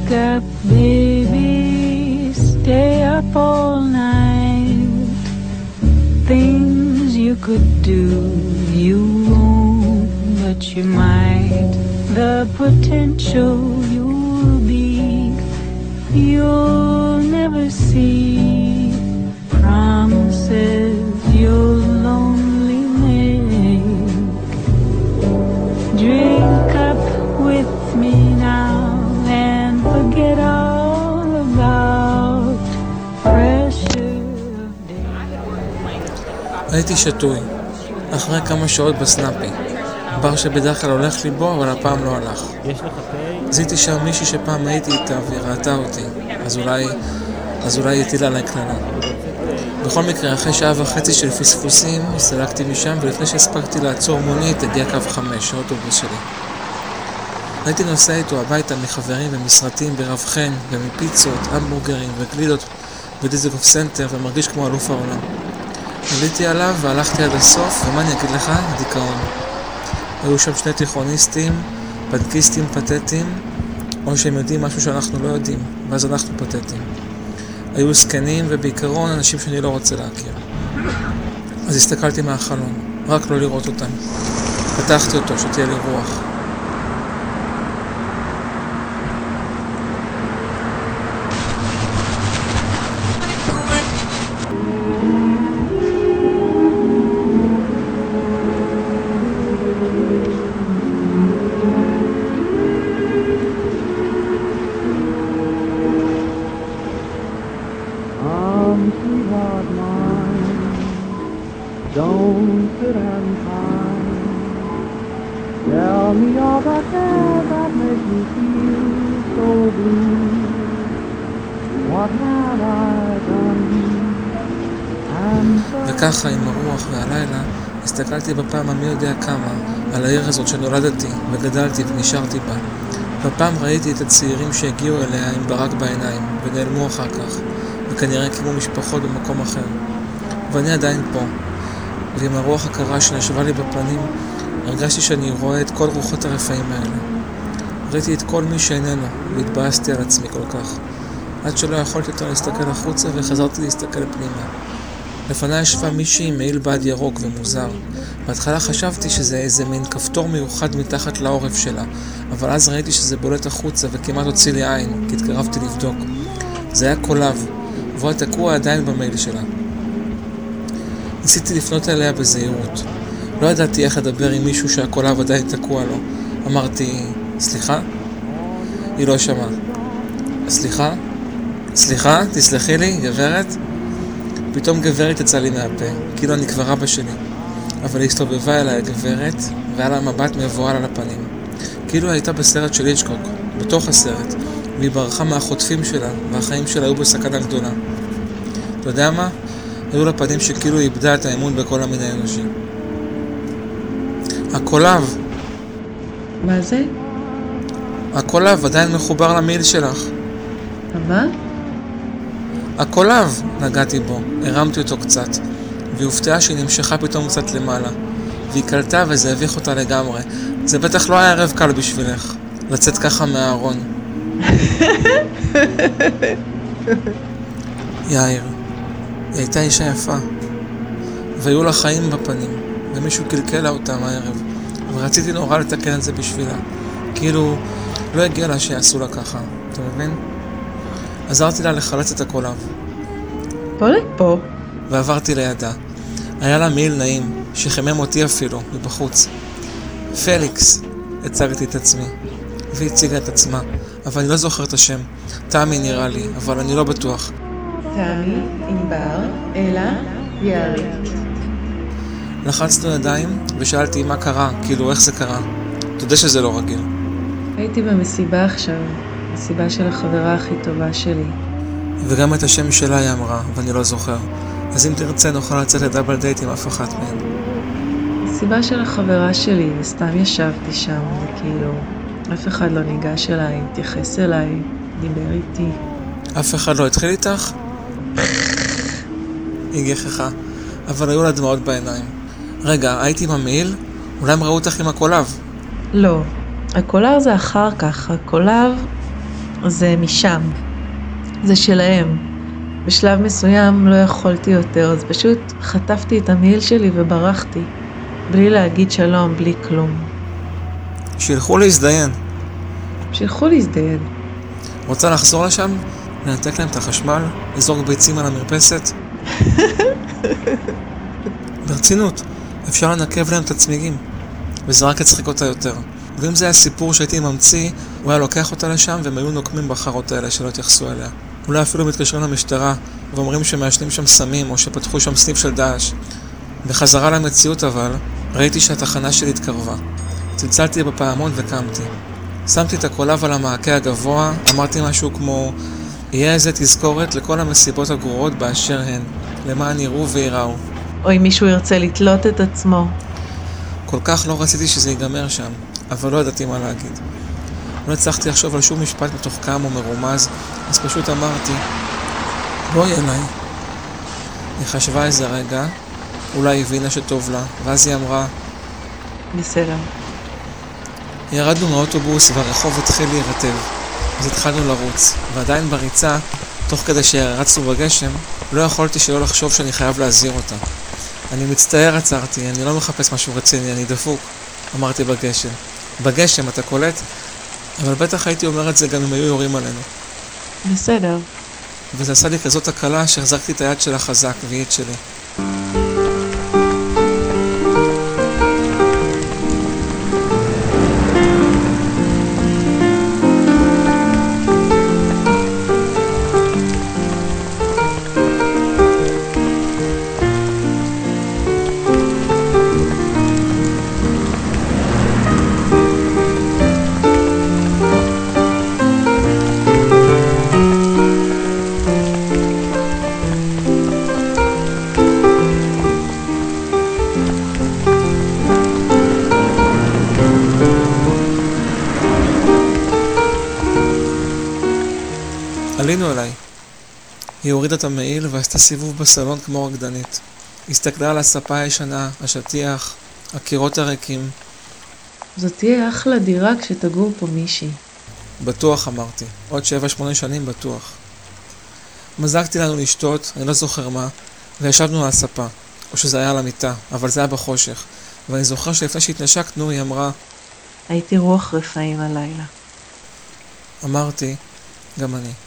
up, baby, stay up all night. Things you could do, you won't, but you might. The potential you'll be, you'll never see. Promises you'll only make. Drink up with me now and forget all about pressure of day. הייתי שטוי, אחרי כמה שעות בסנאפי. בר שבדרך כלל הולך לי בו, אבל הפעם לא הלך. זיהיתי שם מישהי שפעם הייתי איתה והיא ראתה אותי, אז אולי הטילה עליי קללה. בכל מקרה, אחרי שעה וחצי של פספוסים, הסתלקתי משם, ולפני שהספקתי לעצור מונית, הגיע קו 5, האוטובוס שלי. הייתי נוסע איתו הביתה מחברים ומסרטים ברב חן, ומפיצות, המבורגרים וגלידות בדיזנגוף סנטר, ומרגיש כמו אלוף העולם. עליתי עליו והלכתי עד הסוף, ומה אני אגיד לך? דיכאון. היו שם שני תיכוניסטים, פנקיסטים פתטיים, או שהם יודעים משהו שאנחנו לא יודעים, ואז אנחנו פתטיים. היו סקנים ובעיקרון אנשים שאני לא רוצה להכיר. אז הסתכלתי מהחלון, רק לא לראות אותם. פתחתי אותו, שתהיה לי רוח. Don't sit and cry. Tell me all the things that make you feel so blue. What have I done? וככה עם הרוח והלילה הסתכלתי בפעם המי יודע כמה על העיר הזאת שנולדתי וגדלתי ונשארתי בה. בפעם ראיתי את הצעירים שהגיעו אליה עם ברק בעיניים ונעלמו אחר כך, וכנראה הקימו משפחות במקום אחר. ואני עדיין פה. ועם הרוח הקרה שנשבה לי בפנים, הרגשתי שאני רואה את כל רוחות הרפאים האלה. ראיתי את כל מי שאיננו, והתבאסתי על עצמי כל כך. עד שלא יכולתי יותר להסתכל החוצה, וחזרתי להסתכל פנימה. לפני ישבה מישהי עם מעיל בד ירוק ומוזר. בהתחלה חשבתי שזה איזה מין כפתור מיוחד מתחת לעורף שלה, אבל אז ראיתי שזה בולט החוצה וכמעט הוציא לי עין, כי התקרבתי לבדוק. זה היה קולב, והוא היה תקוע עדיין במייל שלה. ניסיתי לפנות אליה בזהירות. לא ידעתי איך לדבר עם מישהו שהקולב עדיין תקוע לו. אמרתי, סליחה? היא לא שמעה. סליחה? סליחה? תסלחי לי, גברת? פתאום גברת יצא לי מהפה, כאילו אני כבר אבא שלי. אבל היא הסתובבה אליי הגברת, והיה לה מבט מבוהל על הפנים. כאילו הייתה בסרט של היצ'קוק, בתוך הסרט, והיא ברחה מהחוטפים שלה, והחיים שלה היו בסכנה גדולה. אתה יודע מה? היו לה פנים שכאילו היא איבדה את האמון בכל המין האנושי. הקולב. מה זה? הקולב עדיין מחובר למייל שלך. מה? הקולב, נגעתי בו, הרמתי אותו קצת, והיא הופתעה שהיא נמשכה פתאום קצת למעלה. והיא קלטה וזה הביך אותה לגמרי. זה בטח לא היה ערב קל בשבילך, לצאת ככה מהארון. יאיר, היא הייתה אישה יפה, והיו לה חיים בפנים, ומישהו קלקלה אותה מהערב, ורציתי נורא לתקן את זה בשבילה. כאילו, לא הגיע לה שיעשו לה ככה, אתה מבין? עזרתי לה לחלץ את הקולב. בוא לפה. ועברתי לידה. היה לה מעיל נעים, שחימם אותי אפילו, מבחוץ. פליקס, הצגתי את עצמי. והיא הציגה את עצמה, אבל אני לא זוכר את השם. תמי נראה לי, אבל אני לא בטוח. תמי, ענבר, אלה, יארית. לחצנו ידיים ושאלתי מה קרה, כאילו איך זה קרה. אתה יודע שזה לא רגיל. הייתי במסיבה עכשיו, מסיבה של החברה הכי טובה שלי. וגם את השם שלה היא אמרה, ואני לא זוכר. אז אם תרצה נוכל לצאת לדאבל דייט עם אף אחת מהן. מסיבה של החברה שלי, וסתם ישבתי שם, וכאילו, אף אחד לא ניגש אליי, התייחס אליי, דיבר איתי. אף אחד לא התחיל איתך? היא גחכה, אבל היו לה דמעות בעיניים. רגע, הייתי עם המעיל? אולי הם ראו אותך עם הקולב? לא, הקולב זה אחר כך, הקולב זה משם. זה שלהם. בשלב מסוים לא יכולתי יותר, אז פשוט חטפתי את המעיל שלי וברחתי. בלי להגיד שלום, בלי כלום. שילכו להזדיין. שילכו להזדיין. רוצה לחזור לשם? לנתק להם את החשמל? לזרוק ביצים על המרפסת? ברצינות, אפשר לנקב להם את הצמיגים. וזה רק יצחיק אותה יותר. ואם זה היה סיפור שהייתי ממציא, הוא היה לוקח אותה לשם והם היו נוקמים בחרות האלה שלא התייחסו אליה. אולי אפילו מתקשרים למשטרה ואומרים שמעשנים שם סמים או שפתחו שם סניף של דאעש. בחזרה למציאות אבל, ראיתי שהתחנה שלי התקרבה. צלצלתי בפעמון וקמתי. שמתי את הקולב על המעקה הגבוה, אמרתי משהו כמו יהיה איזה תזכורת לכל המסיבות הגרועות באשר הן, למען יראו ויראו. או אם מישהו ירצה לתלות את עצמו. כל כך לא רציתי שזה ייגמר שם, אבל לא ידעתי מה להגיד. לא הצלחתי לחשוב על שום משפט מתוחכם או מרומז, אז פשוט אמרתי, בואי אליי. היא חשבה איזה רגע, אולי הבינה שטוב לה, ואז היא אמרה, בסדר. ירדנו מהאוטובוס והרחוב התחיל להירטב, אז התחלנו לרוץ, ועדיין בריצה, תוך כדי שרצנו בגשם, לא יכולתי שלא לחשוב שאני חייב להזהיר אותה. אני מצטער, עצרתי, אני לא מחפש משהו רציני, אני דפוק, אמרתי בגשם. בגשם, אתה קולט? אבל בטח הייתי אומר את זה גם אם היו יורים עלינו. בסדר. וזה עשה לי כזאת הקלה שהחזקתי את היד שלה חזק והיא את שלי. עלינו אליי. היא הורידה את המעיל ועשתה סיבוב בסלון כמו רקדנית. הסתכלה על הספה הישנה, השטיח, הקירות הריקים. זאת תהיה אחלה דירה כשתגור פה מישהי. בטוח אמרתי, עוד 7-8 שנים בטוח. מזגתי לנו לשתות, אני לא זוכר מה, וישבנו על הספה, או שזה היה על המיטה, אבל זה היה בחושך. ואני זוכר שלפני שהתנשקנו היא אמרה, הייתי רוח רפאים הלילה. אמרתי, גם אני.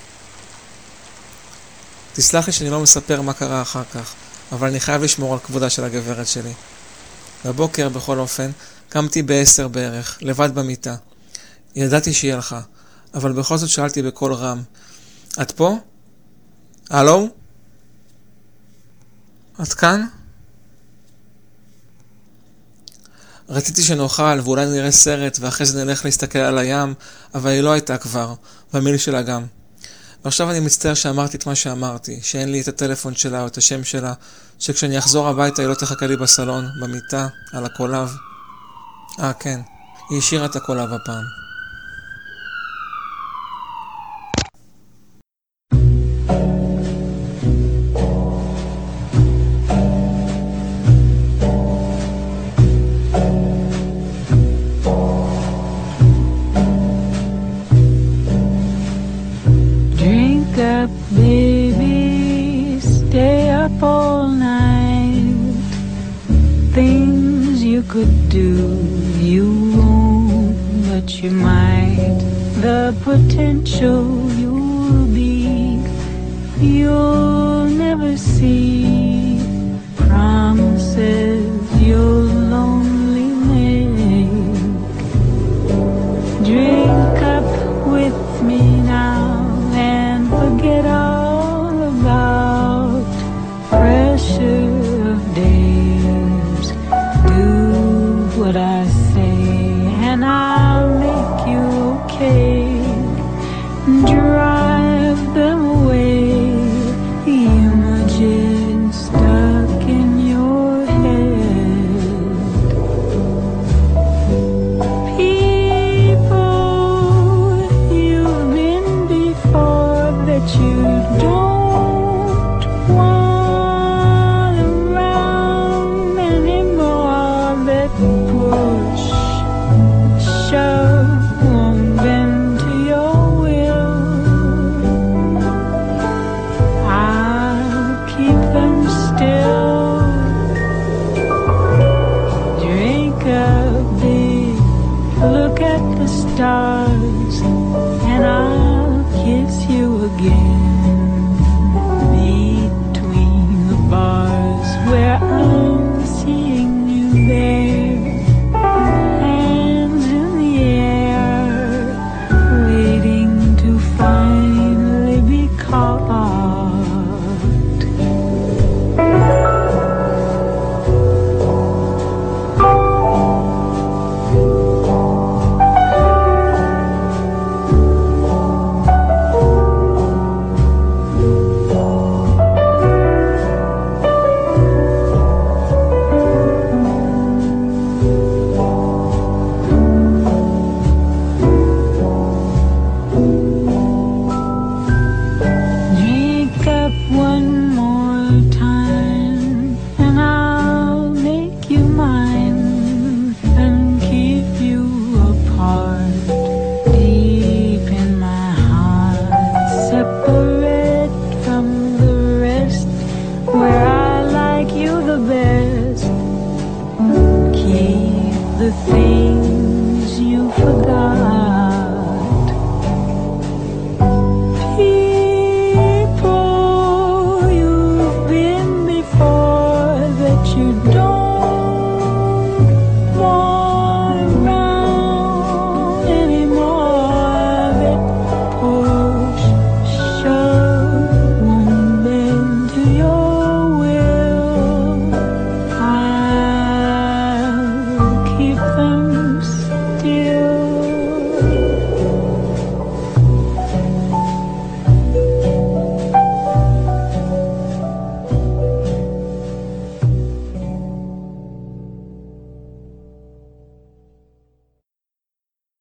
תסלח לי שאני לא מספר מה קרה אחר כך, אבל אני חייב לשמור על כבודה של הגברת שלי. בבוקר, בכל אופן, קמתי ב10 בערך, לבד במיטה. ידעתי שהיא הלכה, אבל בכל זאת שאלתי בקול רם, את פה? הלו? את כאן? רציתי שנאכל ואולי נראה סרט ואחרי זה נלך להסתכל על הים, אבל היא לא הייתה כבר, והמיל שלה גם. ועכשיו אני מצטער שאמרתי את מה שאמרתי, שאין לי את הטלפון שלה או את השם שלה, שכשאני אחזור הביתה היא לא תחכה לי בסלון, במיטה, על הקולב. כן, היא השאירה את הקולב הפעם. Baby, stay up all night. Things you could do, you won't, but you might. The potential you'll be, you'll never see. Promises you'll only make. Drink up with me now and forget all about pressure of days. Do what I say and I'll make you okay. Drive them away, the images stuck in your head. again.